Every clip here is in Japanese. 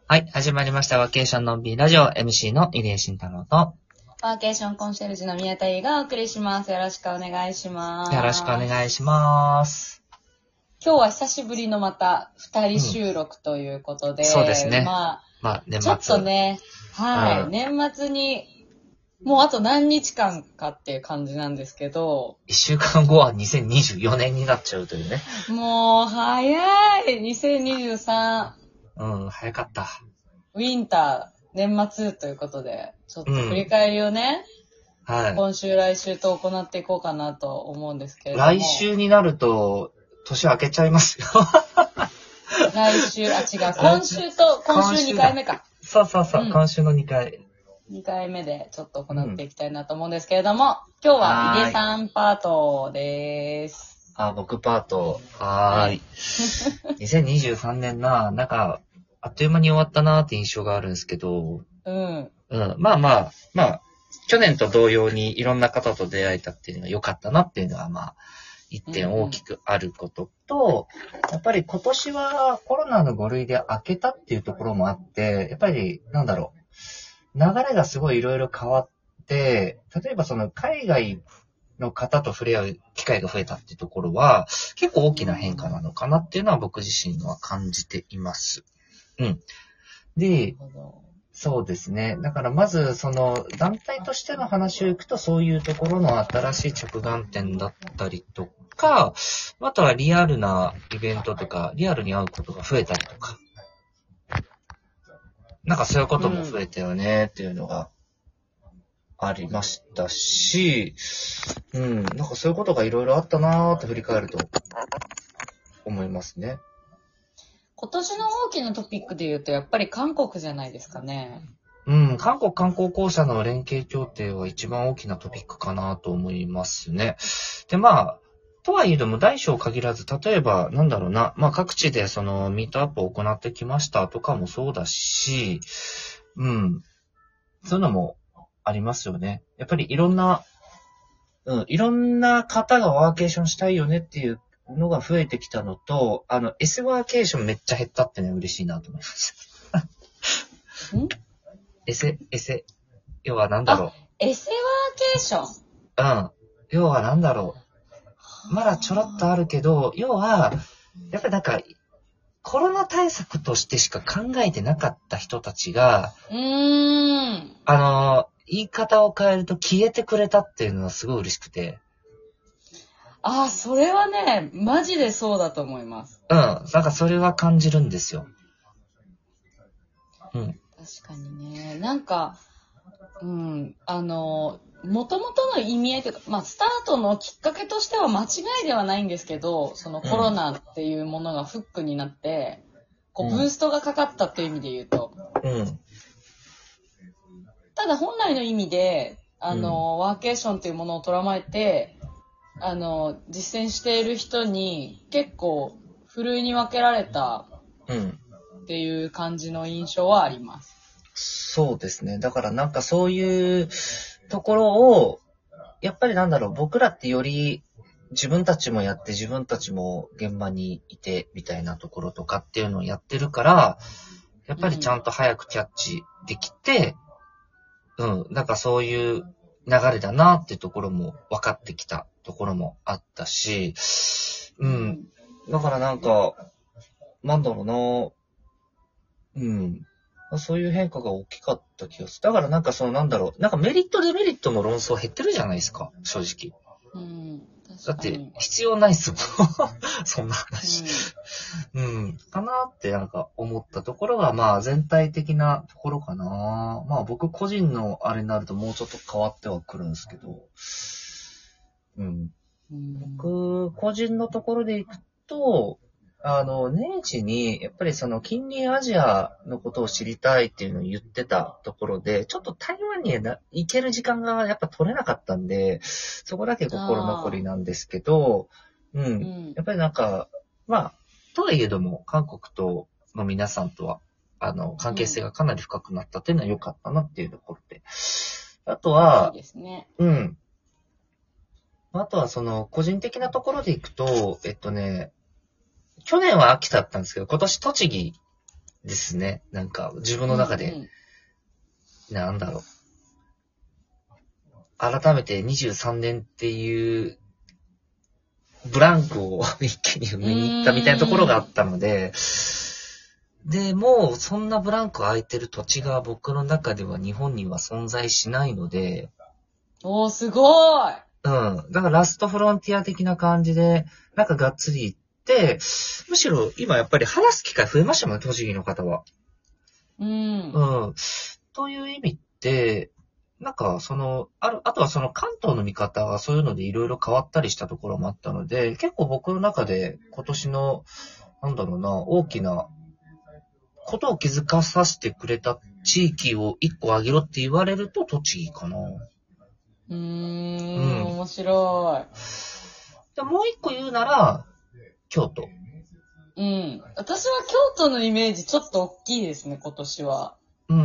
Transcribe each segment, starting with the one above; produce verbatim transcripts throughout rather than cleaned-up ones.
はい、始まりました。ワーケーションのんびりラジオ エムシー の入江慎太郎と、 ワーケーションコンシェルジュの宮田優がお送りします。よろしくお願いします。 よろしくお願いします。 今日は久しぶりのまた二人収録ということで、 うん、そうですね。 まあ、 まあ、年末。ちょっとね、はい、 うん、 年末に、もうあと何日間かっていう感じなんですけど、 一週間後はにせんにじゅうよねんになっちゃうというね。 もう早い !にせんにじゅうさん。うん、早かった。 ウィンター、年末ということで、ちょっと振り返りをね、 うん、はい。 今週来週と行っていこうかなと思うんですけれども。 来週になると、年明けちゃいますよ。 来週、あ、違う、今週と、今週にかいめか。 そうそうそう、うん、今週のにかい。 にかいめでちょっと行っていきたいなと思うんですけれども、うん、今日は井出さんパートです。 あ、僕パート。はーい。にせんにじゅうさんねんな、なんか、あっという間に終わったなーって印象があるんですけど、 うん。 うん。まあまあ、まあ、去年と同様にいろんな方と出会えたっていうのが良かったなっていうのは、まあ、一点大きくあることと、うん、やっぱり今年はコロナのご類で明けたっていうところもあって、やっぱり、なんだろう、流れがすごいいろいろ変わって、例えばその海外の方と触れ合う機会が増えたっていうところは、結構大きな変化なのかなっていうのは僕自身は感じています。うん。で、そうですね。だからまずその団体としての話をいくと、そういうところの新しい着眼点だったりとか、あとはリアルなイベントとか、リアルに会うことが増えたりとか、なんかそういうことも増えたよねっていうのがありましたし、うん、なんかそういうことがいろいろあったなーって振り返ると思いますね。 今年の大きなトピックで言うとやっぱり韓国じゃないですかね。 うん、韓国観光公社の連携協定は一番大きなトピックかなと思いますね。で、まあ、とはいえども大小限らず、例えば、なんだろうな、まあ各地でそのミートアップを行ってきましたとかもそうだし、うん、そういうのもありますよね。やっぱりいろんな、うん、いろんな方がワーケーションしたいよねっていうのが増えてきたのと、あの、S ワーケーションめっちゃ減ったってね、嬉しいなと思いました。んエセ、エセ。要はなんだろう。 エセワーケーション？ うん。要はなんだろう。まだちょろっとあるけど、要は、やっぱりなんか、コロナ対策としてしか考えてなかった人たちが、 うーん。 あの、言い方を変えると消えてくれたっていうのはすごい嬉しくて。 ああ、それはね、マジでそうだと思います。 うん。なんかそれは感じるんですよ。うん。 確かにね。なんか、うん、あの、元々の意味合いというか、まあ、スタートのきっかけとしては間違いではないんですけど、そのコロナっていうものがフックになって、こう、ブーストがかかったっていう意味で言うと。 うん。 ただ本来の意味で、あの、うん、ワーケーションというものを捉まえて、あの、実践している人に結構、ふるいに分けられたっていう感じの印象はあります。 そうですね。だからなんかそういうところを、やっぱりなんだろう、僕らってより自分たちもやって自分たちも現場にいてみたいなところとかっていうのをやってるから、やっぱりちゃんと早くキャッチできて、うん、うん、なんかそういう流れだなっていうところも分かってきたところもあったし、うん、だからなんか、なんだろうな、うん。そういう変化が大きかった気がする。だからなんかそのなんだろう。なんかメリットデメリットの論争減ってるじゃないですか。正直。 うん。 だって必要ないっすもん。そんな話、うん。うん。かなってなんか思ったところがまあ全体的なところかな。まあ僕個人のあれになるともうちょっと変わってはくるんですけど。うん。うん、僕個人のところでいくと、あの、年始に、やっぱりその近隣アジアのことを知りたいっていうのを言ってたところで、ちょっと台湾に行ける時間がやっぱ取れなかったんで、そこだけ心残りなんですけど、うん、うん。やっぱりなんか、まあ、とはいえども、韓国との皆さんとは、あの、関係性がかなり深くなったっていうのは良かったなっていうところで。あとは、 いいですね。 うん。あとはその、個人的なところでいくと、えっとね、去年は秋田だったんですけど、今年栃木ですね。なんか、自分の中で、 うんうんなんだろう。改めてにじゅうさんねんっていうブランクを一気に埋めに行ったみたいなところがあったので、で、もうそんなブランク空いてる土地が僕の中では日本には存在しないので、 おー、すごい。 うん。だからラストフロンティア的な感じで、なんかがっつり行って、むしろ今やっぱり話す機会増えましたもんね、栃木の方は。 うん。 うん。という意味って、なんかその、ある、あとはその関東の見方がそういうのでいろいろ変わったりしたところもあったので、結構僕の中で今年の、なんだろうな、大きなことを気づかさせてくれた地域を一個挙げろって言われると栃木かな。 うーん、 うん面白でもう一個言うなら、京都。 い。うん。私は京都のイメージちょっと大きいですね、今年は。 うん。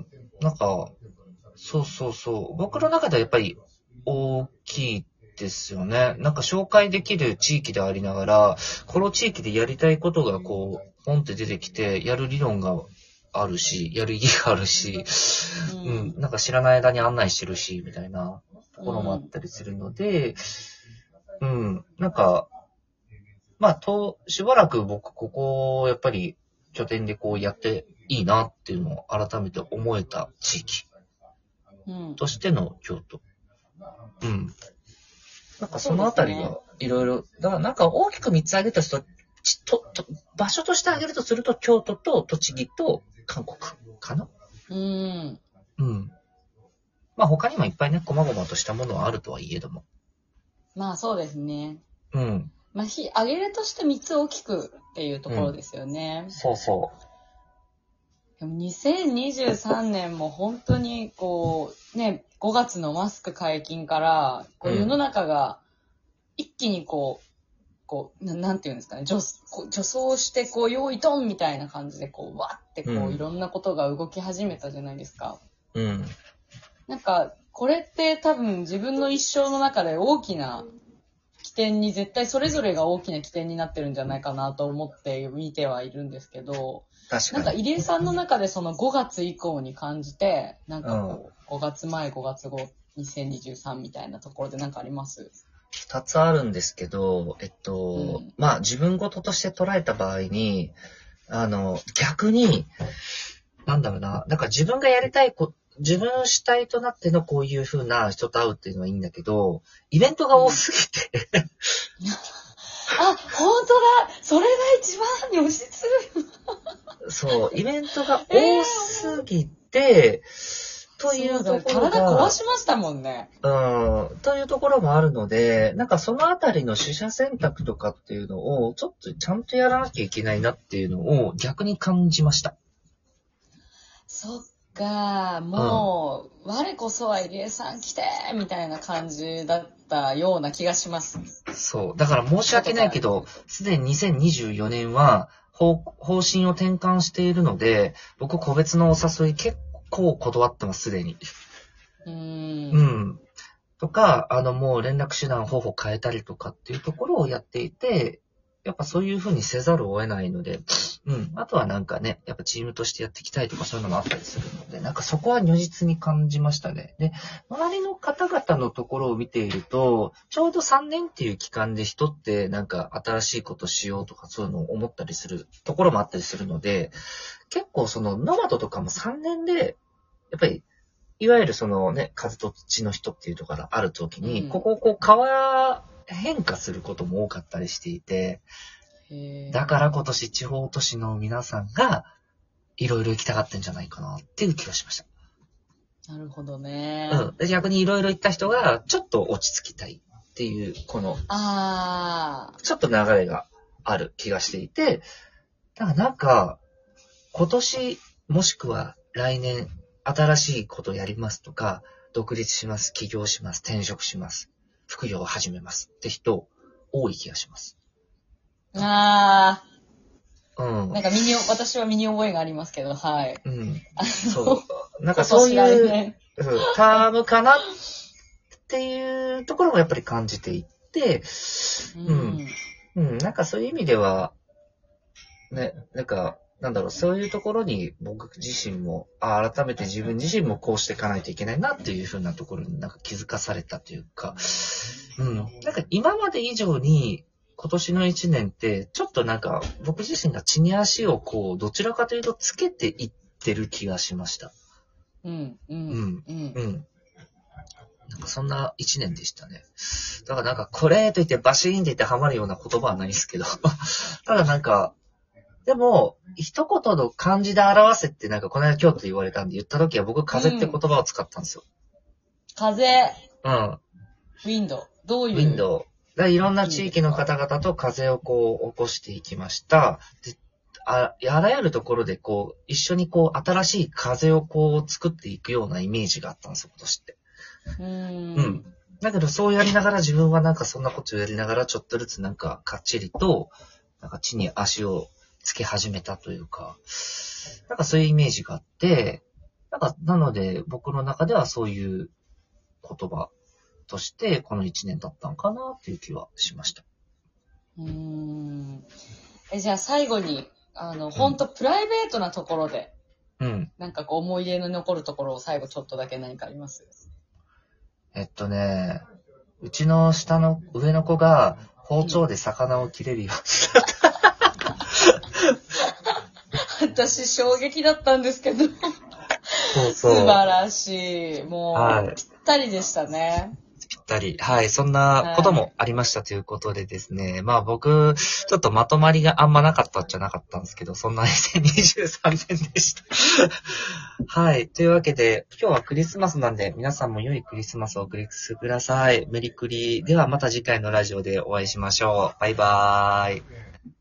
なんか、そうそうそう。僕の中ではやっぱり大きいですよね。なんか紹介できる地域でありながら、この地域でやりたいことがこう、ポンって出てきて、やる理論があるし、やる意義があるし、 ううんん、なんか知らない間に案内してるし、みたいなところもあうんったりするので、うん、なんか、まあ、と、しばらく僕、ここ、やっぱり、拠点でこうやっていいなっていうのを改めて思えた地域うん。 としての京都。うん。なんかそのあたりそうですがいろいろ、だからなんか大きくみっつ挙げるとすると、ちと、と、場所として挙げるとすると、京都と栃木と韓国かな。 うん。 うん。まあ他にもいっぱいね、細々としたものはあるとはいえども。 まあそうですね。 うん。 まあ、ひ、挙げるとしてみっつ大きくっていうところですよね。 そうそでもにせんにじゅうさんねんも本当にこう、ね、ごがつのマスク解禁から、こううん世の中が一気にこう、こう、ななんていうんですかね、女こう女装してこう、用意ドンみたいな感じでこう、わってこう、 うんいろんなことが動き始めたじゃないですか。 う。うん。 なんか、これって多分自分の一生の中で大きな起点に、絶対それぞれが大きな起点になってるんじゃないかなと思って見てはいるんですけど、なんか確かに。 入江さんの中でそのごがつ以降に感じて、なんかこう、ごがつまえ、ごがつご、にせんにじゅうさんみたいなところでなんかあります？ 二つあるんですけど、えっと、 うん、 まあ自分事として捉えた場合に、あの、逆に、なんだろうな、なんか自分がやりたいこ、自分主体となってのこういう風な人と会うっていうのはいいんだけど、イベントが多すぎて、 あ、本当だ、それが一番に押しつる。 そう、イベントが多すぎて、というところが、 体壊しましたもんね。 うん、というところもあるので、なんかそのあたりの取捨選択とかっていうのを、ちょっとちゃんとやらなきゃいけないなっていうのを逆に感じました。 そっか、もう、うん、我こそは入江さん来てみたいな感じだったような気がします。 そう。だから申し訳ないけど、すでににせんにじゅうよねんは方、方針を転換しているので、僕個別のお誘い結構断ってます、すでに。 うーん。 うん。とか、あの、もう連絡手段方法変えたりとかっていうところをやっていて、やっぱそういうふうにせざるを得ないので、うん。あとはなんかね、やっぱチームとしてやっていきたいとかそういうのもあったりするので、なんかそこは如実に感じましたね。で、周りの方々のところを見ていると、ちょうどさんねんっていう期間で人ってなんか新しいことしようとかそういうのを思ったりするところもあったりするので、結構そのノマドとかもさんねんで、やっぱりいわゆるそのね、風と土の人っていうところがあるときに、うん、ここをこう変わ、変化することも多かったりしていて、だから今年地方都市の皆さんがいろいろ行きたがってんじゃないかなっていう気がしました。 なるほどね。 うん。で逆にいろいろ行った人がちょっと落ち着きたいっていう、この、 あちょっと流れがある気がしていて、だからなんか、今年もしくは来年新しいことやりますとか、独立します、起業します、転職します、副業を始めますって人多い気がします。 ああ。うん。 なんか身に、私は身に覚えがありますけど、はい。 うん。そう。なんかそういう、ね、タームかなっていうところもやっぱり感じていて、うん。うん。なんかそういう意味では、ね、なんかなんだろう、そういうところに僕自身も、あ改めて自分自身もこうしていかないといけないなっていう風なところになんか気づかされたというか、うん。なんか今まで以上に今年の一年ってちょっとなんか僕自身が地に足をこうどちらかというとつけていってる気がしました。 うん、ううん、 ん、うん。 うん。なんかそんな一年でしたね。だからなんかこれと言ってバシーンって言ってハマるような言葉はないですけど、ただなんか、でも、一言の漢字で表せってなんかこの間京都言われたんで言った時は僕風って言葉を使ったんですよ。 風、 うん。 ウィンド。どういうウィンドウ。だいろんな地域の方々と風をこう起こしていきました。で、あ、あらゆるところでこう、一緒にこう新しい風をこう作っていくようなイメージがあったんですよ、今年って。 うーん。 うん。だけどそうやりながら自分はなんかそんなことをやりながらちょっとずつなんかかっちりと、なんか地に足をつけ始めたというか、なんかそういうイメージがあって、なんか、なので僕の中ではそういう言葉としてこの一年だったのかなっていう気はしました。 うーん。え、じゃあ最後に、あの、ほんとプライベートなところで、 うん。 なんかこう思い出の残るところを最後ちょっとだけ何かあります？ えっとね、うちの下の上の子が包丁で魚を切れるようになった。 私衝撃だったんですけど。 そうそう。 素晴らしい。もう、 はい、 ぴったりでしたね。 ぴったり。はい。そんなこともありましたということでですね。はい、まあ僕、ちょっとまとまりがあんまなかったっちゃなかったんですけど、そんなにせんにじゅうさんねんでした。はい。というわけで、今日はクリスマスなんで、皆さんも良いクリスマスをお送りください。メリクリ。ではまた次回のラジオでお会いしましょう。バイバーイ。